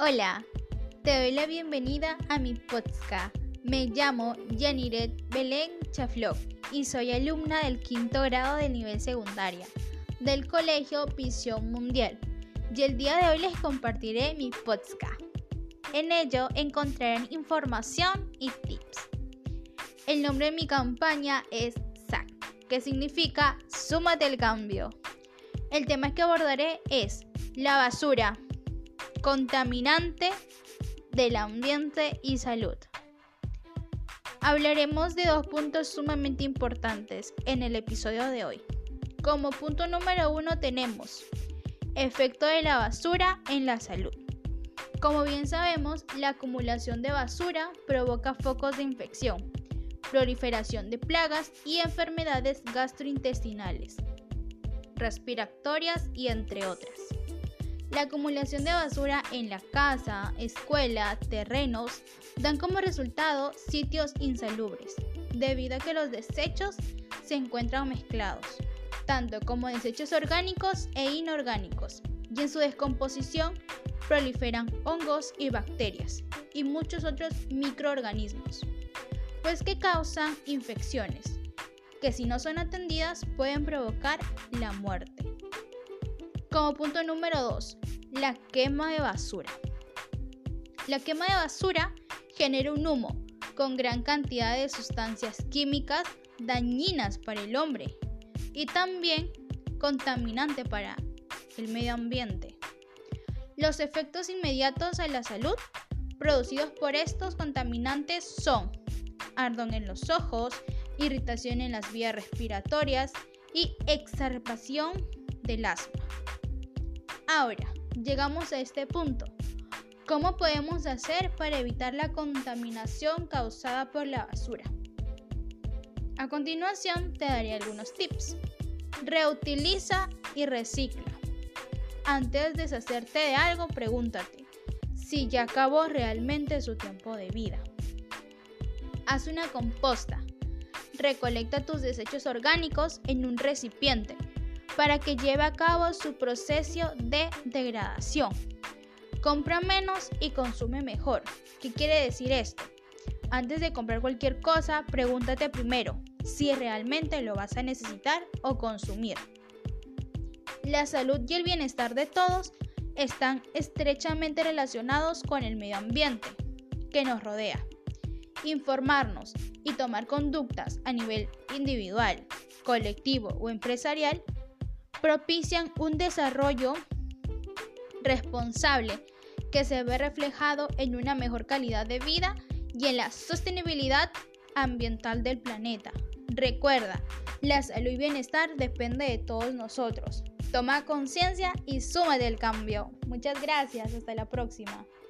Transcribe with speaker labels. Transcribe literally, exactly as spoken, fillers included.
Speaker 1: Hola, te doy la bienvenida a mi podcast. Me llamo Yaniret Belén Chaflok y soy alumna del quinto grado de nivel secundaria del Colegio Visión Mundial. Y el día de hoy les compartiré mi podcast. En ello encontrarán información y tips. El nombre de mi campaña es S A C, que significa Súmate al Cambio. El tema que abordaré es la basura, contaminante del ambiente y salud. Hablaremos de dos puntos sumamente importantes en el episodio de hoy. Como punto número uno tenemos efecto de la basura en la salud. Como bien sabemos, la acumulación de basura provoca focos de infección, proliferación de plagas y enfermedades gastrointestinales, respiratorias y entre otras. La acumulación de basura en la casa, escuela, terrenos, dan como resultado sitios insalubres, debido a que los desechos se encuentran mezclados, tanto como desechos orgánicos e inorgánicos, y en su descomposición proliferan hongos y bacterias, y muchos otros microorganismos, pues que causan infecciones, que si no son atendidas pueden provocar la muerte. Como punto número dos, la quema de basura. La quema de basura genera un humo con gran cantidad de sustancias químicas dañinas para el hombre y también contaminante para el medio ambiente. Los efectos inmediatos a la salud producidos por estos contaminantes son ardor en los ojos, irritación en las vías respiratorias y exacerbación del asma. Ahora, llegamos a este punto. ¿Cómo podemos hacer para evitar la contaminación causada por la basura? A continuación te daré algunos tips. Reutiliza y recicla. Antes de deshacerte de algo, pregúntate si ya acabó realmente su tiempo de vida. Haz una composta. Recolecta tus desechos orgánicos en un recipiente para que lleve a cabo su proceso de degradación. Compra menos y consume mejor. ¿Qué quiere decir esto? Antes de comprar cualquier cosa, pregúntate primero si realmente lo vas a necesitar o consumir. La salud y el bienestar de todos están estrechamente relacionados con el medio ambiente que nos rodea. Informarnos y tomar conductas a nivel individual, colectivo o empresarial propician un desarrollo responsable que se ve reflejado en una mejor calidad de vida y en la sostenibilidad ambiental del planeta. Recuerda, la salud y bienestar depende de todos nosotros. Toma conciencia y súmate al cambio. Muchas gracias, hasta la próxima.